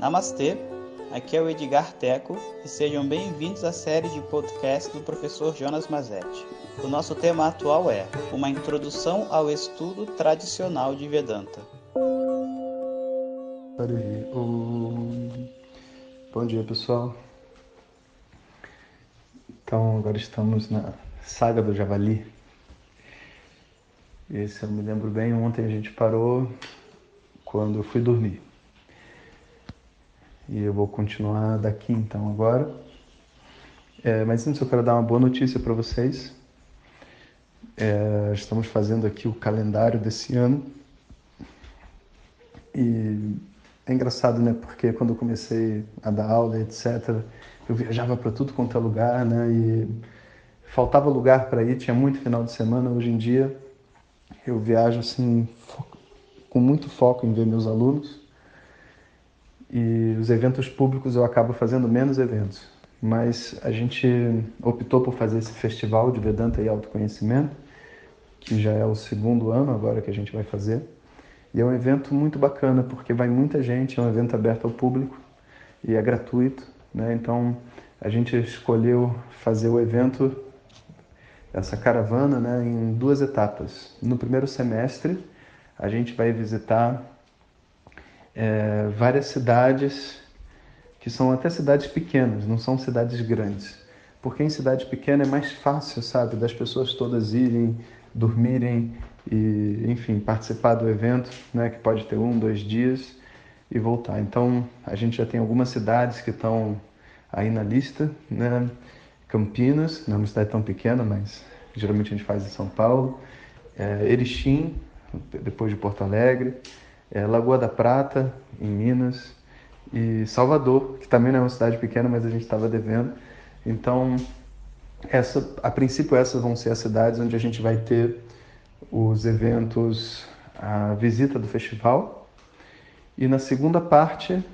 Namastê, aqui é o Edgar Teco e sejam bem-vindos à série de podcast do professor Jonas Mazetti. O nosso tema atual é uma introdução ao estudo tradicional de Vedanta. Bom dia, pessoal. Então, agora estamos na saga do Javali. E se eu me lembro bem, ontem a gente parou quando eu fui dormir. E eu vou continuar daqui então agora. Mas antes eu quero dar uma boa notícia para vocês. Estamos fazendo aqui o calendário desse ano. E é engraçado, né? Porque quando eu comecei a dar aula, etc., eu viajava para tudo quanto é lugar, né? E faltava lugar para ir, tinha muito final de semana. Hoje em dia eu viajo assim com muito foco em ver meus alunos. E os eventos públicos eu acabo fazendo menos eventos. Mas a gente optou por fazer esse festival de Vedanta e autoconhecimento, que já é o segundo ano agora que a gente vai fazer. E é um evento muito bacana, porque vai muita gente, é um evento aberto ao público e é gratuito, né? Então a gente escolheu fazer o evento, essa caravana, né, em 2 etapas. No primeiro semestre a gente vai visitar várias cidades que são até cidades pequenas, não são cidades grandes. Porque em cidade pequena é mais fácil, sabe, das pessoas todas irem, dormirem e, enfim, participar do evento, né, que pode ter 1, 2 dias e voltar. Então, a gente já tem algumas cidades que estão aí na lista, né? Campinas, não é uma cidade tão pequena, mas geralmente a gente faz em São Paulo. Erechim, depois de Porto Alegre. Lagoa da Prata, em Minas. E Salvador, que também não é uma cidade pequena, mas a gente estava devendo. Então, a princípio essas vão ser as cidades onde a gente vai ter os eventos, a visita do festival. E na segunda parte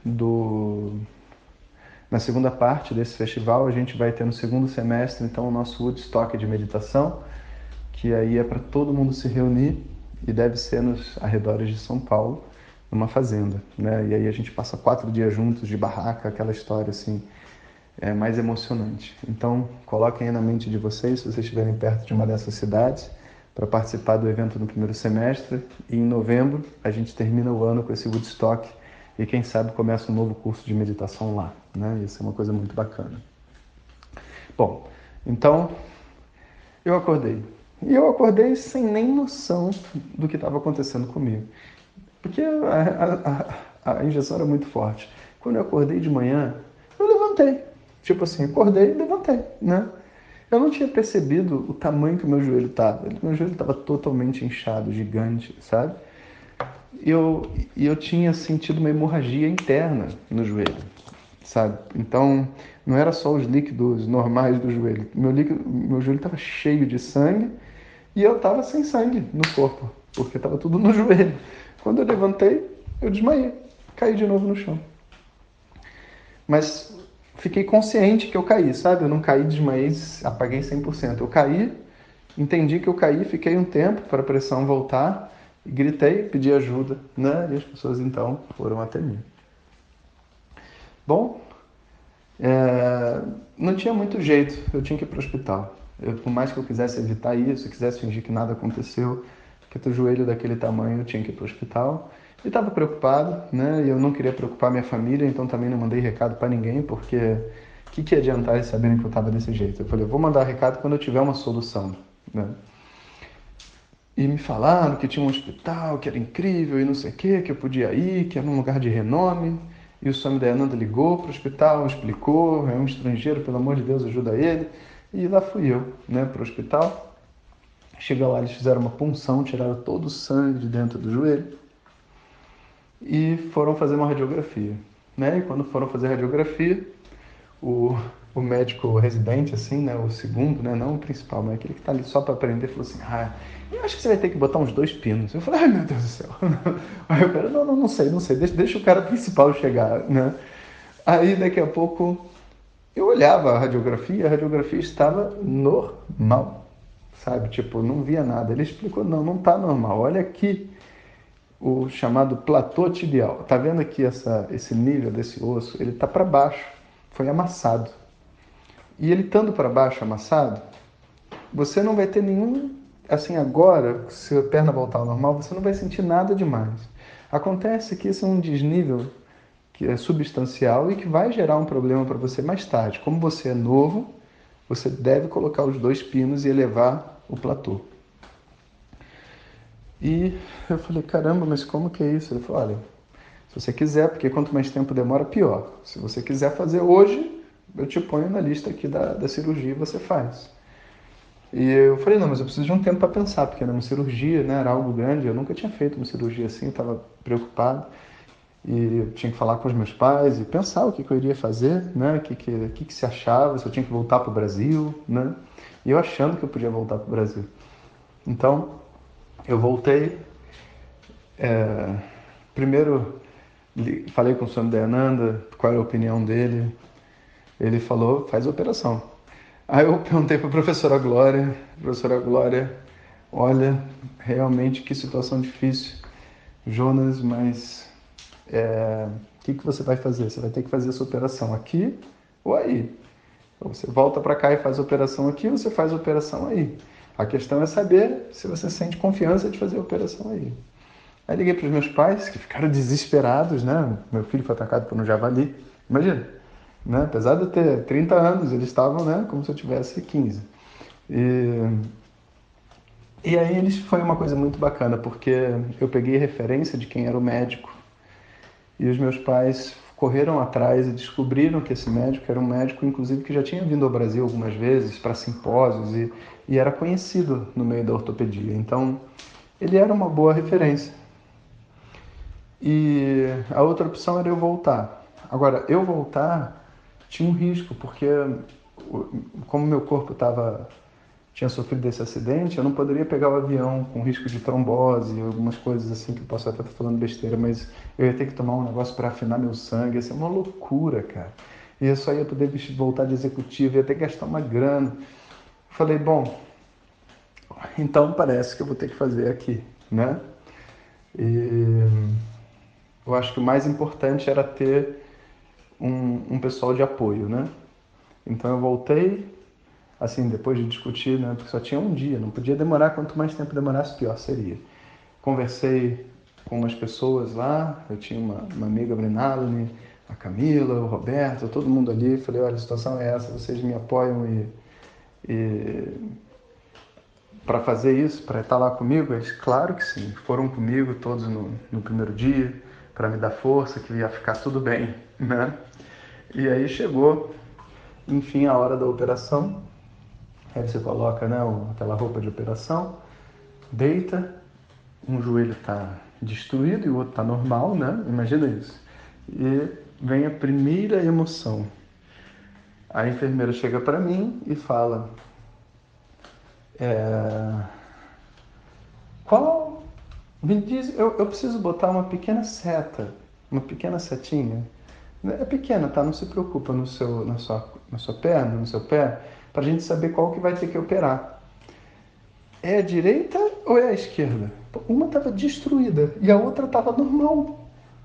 desse festival, a gente vai ter no segundo semestre, então, o nosso Woodstock de meditação, que aí é para todo mundo se reunir e deve ser nos arredores de São Paulo, numa fazenda, né? E aí a gente passa 4 dias juntos de barraca, aquela história assim, mais emocionante. Então, coloquem aí na mente de vocês, se vocês estiverem perto de uma dessas cidades, para participar do evento no primeiro semestre. E em novembro a gente termina o ano com esse Woodstock e quem sabe começa um novo curso de meditação lá, né? Isso é uma coisa muito bacana. Bom, então eu acordei. E eu acordei sem nem noção do que estava acontecendo comigo. Porque a injeção era muito forte. Quando eu acordei de manhã, eu levantei. Tipo assim, acordei e levantei, né? Eu não tinha percebido o tamanho que o meu joelho estava. Meu joelho estava totalmente inchado, gigante, sabe? E eu tinha sentido uma hemorragia interna no joelho, sabe? Então, não era só os líquidos normais do joelho. Meu joelho estava cheio de sangue e eu estava sem sangue no corpo, porque estava tudo no joelho. Quando eu levantei, eu desmaiei, caí de novo no chão. Mas fiquei consciente que eu caí, sabe? Eu não caí, desmaiei, apaguei 100%. Eu caí, entendi que eu caí, fiquei um tempo para a pressão voltar, e gritei, pedi ajuda, né? E as pessoas então foram até mim. Bom, não tinha muito jeito, eu tinha que ir para o hospital. Por mais que eu quisesse evitar isso, quisesse fingir que nada aconteceu, porque o joelho daquele tamanho eu tinha que ir para o hospital. E estava preocupado, né? E eu não queria preocupar minha família, então também não mandei recado para ninguém, porque o que ia adiantar eles saberem que eu estava desse jeito? Eu falei, eu vou mandar recado quando eu tiver uma solução, né? E me falaram que tinha um hospital, que era incrível e não sei o quê, que eu podia ir, que era um lugar de renome. E o Swami Dayananda ligou para o hospital, explicou, é um estrangeiro, pelo amor de Deus, ajuda ele. E lá fui eu, né, para o hospital. Cheguei lá, eles fizeram uma punção, tiraram todo o sangue de dentro do joelho e foram fazer uma radiografia, né? E quando foram fazer a radiografia, o médico residente, assim, né, o segundo, né, não o principal, mas aquele que está ali só para aprender, falou assim, eu acho que você vai ter que botar uns 2 pinos. Eu falei, ai meu Deus do céu. Aí eu falei, não sei, deixa o cara principal chegar, né? Aí daqui a pouco eu olhava a radiografia estava normal, sabe? Tipo, não via nada. Ele explicou, não tá normal, olha aqui. o chamado platô tibial. Tá vendo aqui esse nível desse osso? Ele tá para baixo, foi amassado. E ele estando para baixo, amassado, você não vai ter nenhum, assim, agora, se a perna voltar ao normal, você não vai sentir nada demais. Acontece que isso é um desnível que é substancial e que vai gerar um problema para você mais tarde. Como você é novo, você deve colocar os 2 pinos e elevar o platô. E eu falei, caramba, mas como que é isso? Ele falou, olha, se você quiser, porque quanto mais tempo demora, pior. Se você quiser fazer hoje, eu te ponho na lista aqui da cirurgia e você faz. E eu falei, não, mas eu preciso de um tempo para pensar, porque era uma cirurgia, né, era algo grande, eu nunca tinha feito uma cirurgia assim, estava preocupado. E eu tinha que falar com os meus pais e pensar o que eu iria fazer, né, o que se achava, se eu tinha que voltar para o Brasil, né, e eu achando que eu podia voltar para o Brasil. Então, eu voltei, primeiro falei com o Swami Dayananda, qual era a opinião dele. Ele falou, faz a operação. Aí eu perguntei para a professora Glória, olha, realmente que situação difícil, Jonas, mas o que você vai fazer? Você vai ter que fazer essa operação aqui ou aí. Então você volta para cá e faz a operação aqui, ou você faz a operação aí. A questão é saber se você sente confiança de fazer a operação aí. Aí liguei para os meus pais, que ficaram desesperados, né? Meu filho foi atacado por um javali. Imagina, né? Apesar de eu ter 30 anos, eles estavam, né, como se eu tivesse 15. E aí foi uma coisa muito bacana, porque eu peguei referência de quem era o médico. E os meus pais correram atrás e descobriram que esse médico era um médico, inclusive, que já tinha vindo ao Brasil algumas vezes para simpósios e era conhecido no meio da ortopedia. Então, ele era uma boa referência. E a outra opção era eu voltar. Agora, eu voltar tinha um risco, porque como meu corpo tinha sofrido desse acidente, eu não poderia pegar o avião com risco de trombose, algumas coisas assim, que eu posso até estar falando besteira, mas eu ia ter que tomar um negócio para afinar meu sangue, ia ser uma loucura, cara. E eu só ia poder voltar de executivo, ia ter que gastar uma grana. Falei, bom, então parece que eu vou ter que fazer aqui, né? E eu acho que o mais importante era ter um pessoal de apoio, né? Então eu voltei, assim, depois de discutir, né? Porque só tinha um dia, não podia demorar, quanto mais tempo demorasse, pior seria. Conversei com umas pessoas lá, eu tinha uma amiga, a Brinalini, a Camila, o Roberto, todo mundo ali. Falei, olha, a situação é essa, vocês me apoiam e para fazer isso, para estar lá comigo? Eles, claro que sim, foram comigo todos no primeiro dia, para me dar força, que ia ficar tudo bem, né? E aí chegou, enfim, a hora da operação. Aí você coloca, né, aquela roupa de operação, deita, um joelho está destruído e o outro está normal, né? Imagina isso. E vem a primeira emoção. A enfermeira chega para mim e fala, qual... Me diz, eu preciso botar uma pequena seta, uma pequena setinha. É pequena, tá? Não se preocupa na sua perna, no seu pé, para a gente saber qual que vai ter que operar. É a direita ou é a esquerda? Uma estava destruída e a outra estava normal.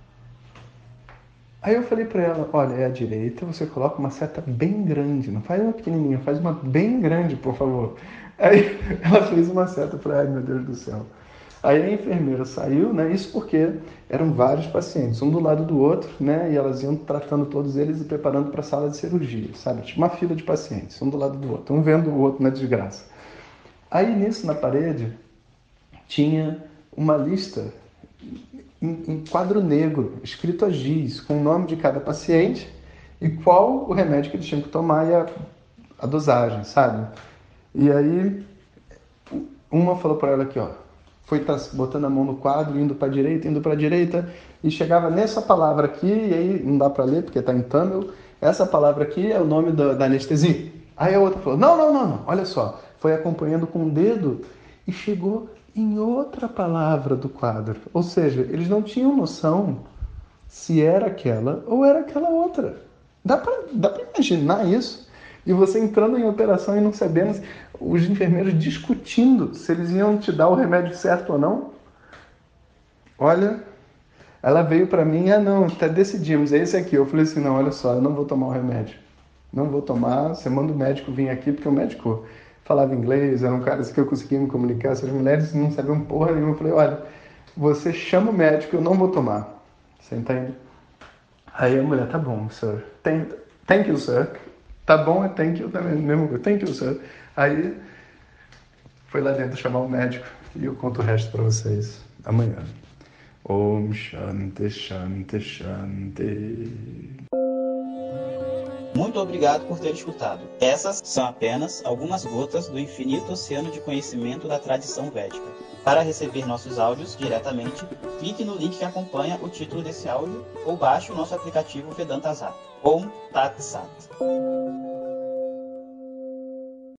Aí eu falei para ela, olha, é a direita, você coloca uma seta bem grande, não faz uma pequenininha, faz uma bem grande, por favor. Aí ela fez uma seta para, ai meu Deus do céu. Aí a enfermeira saiu, né? Isso porque eram vários pacientes, um do lado do outro, né? E elas iam tratando todos eles e preparando para a sala de cirurgia, sabe? Tipo uma fila de pacientes, um do lado do outro, um vendo o outro na desgraça. Aí nisso, na parede, tinha uma lista em quadro negro, escrito a giz, com o nome de cada paciente e qual o remédio que eles tinham que tomar e a dosagem, sabe? E aí, uma falou para ela aqui, ó, foi botando a mão no quadro, indo para a direita, e chegava nessa palavra aqui, e aí não dá para ler porque está em Tamil, essa palavra aqui é o nome da anestesia. Aí a outra falou, não, olha só, foi acompanhando com o dedo e chegou em outra palavra do quadro. Ou seja, eles não tinham noção se era aquela ou era aquela outra. Dá para imaginar isso? E você entrando em operação e não sabendo, os enfermeiros discutindo se eles iam te dar o remédio certo ou não. olha, ela veio pra mim, não, até decidimos, é esse aqui. Eu falei assim, não, olha só, eu não vou tomar o remédio. Não vou tomar, você manda o médico vir aqui, porque o médico falava inglês, era um cara assim que eu conseguia me comunicar, essas mulheres não sabiam porra nenhuma. Eu falei, olha, você chama o médico, eu não vou tomar. Você entende? Aí a mulher, tá bom, sir. Thank you, sir. Tá bom, é thank you também, mesmo coisa. Thank you, sir. Aí foi lá dentro chamar o médico e eu conto o resto pra vocês amanhã. Om Shanti Shanti Shanti. Muito obrigado por ter escutado. Essas são apenas algumas gotas do infinito oceano de conhecimento da tradição védica. Para receber nossos áudios diretamente, clique no link que acompanha o título desse áudio ou baixe o nosso aplicativo Vedanta Zap. Om Tat Sat.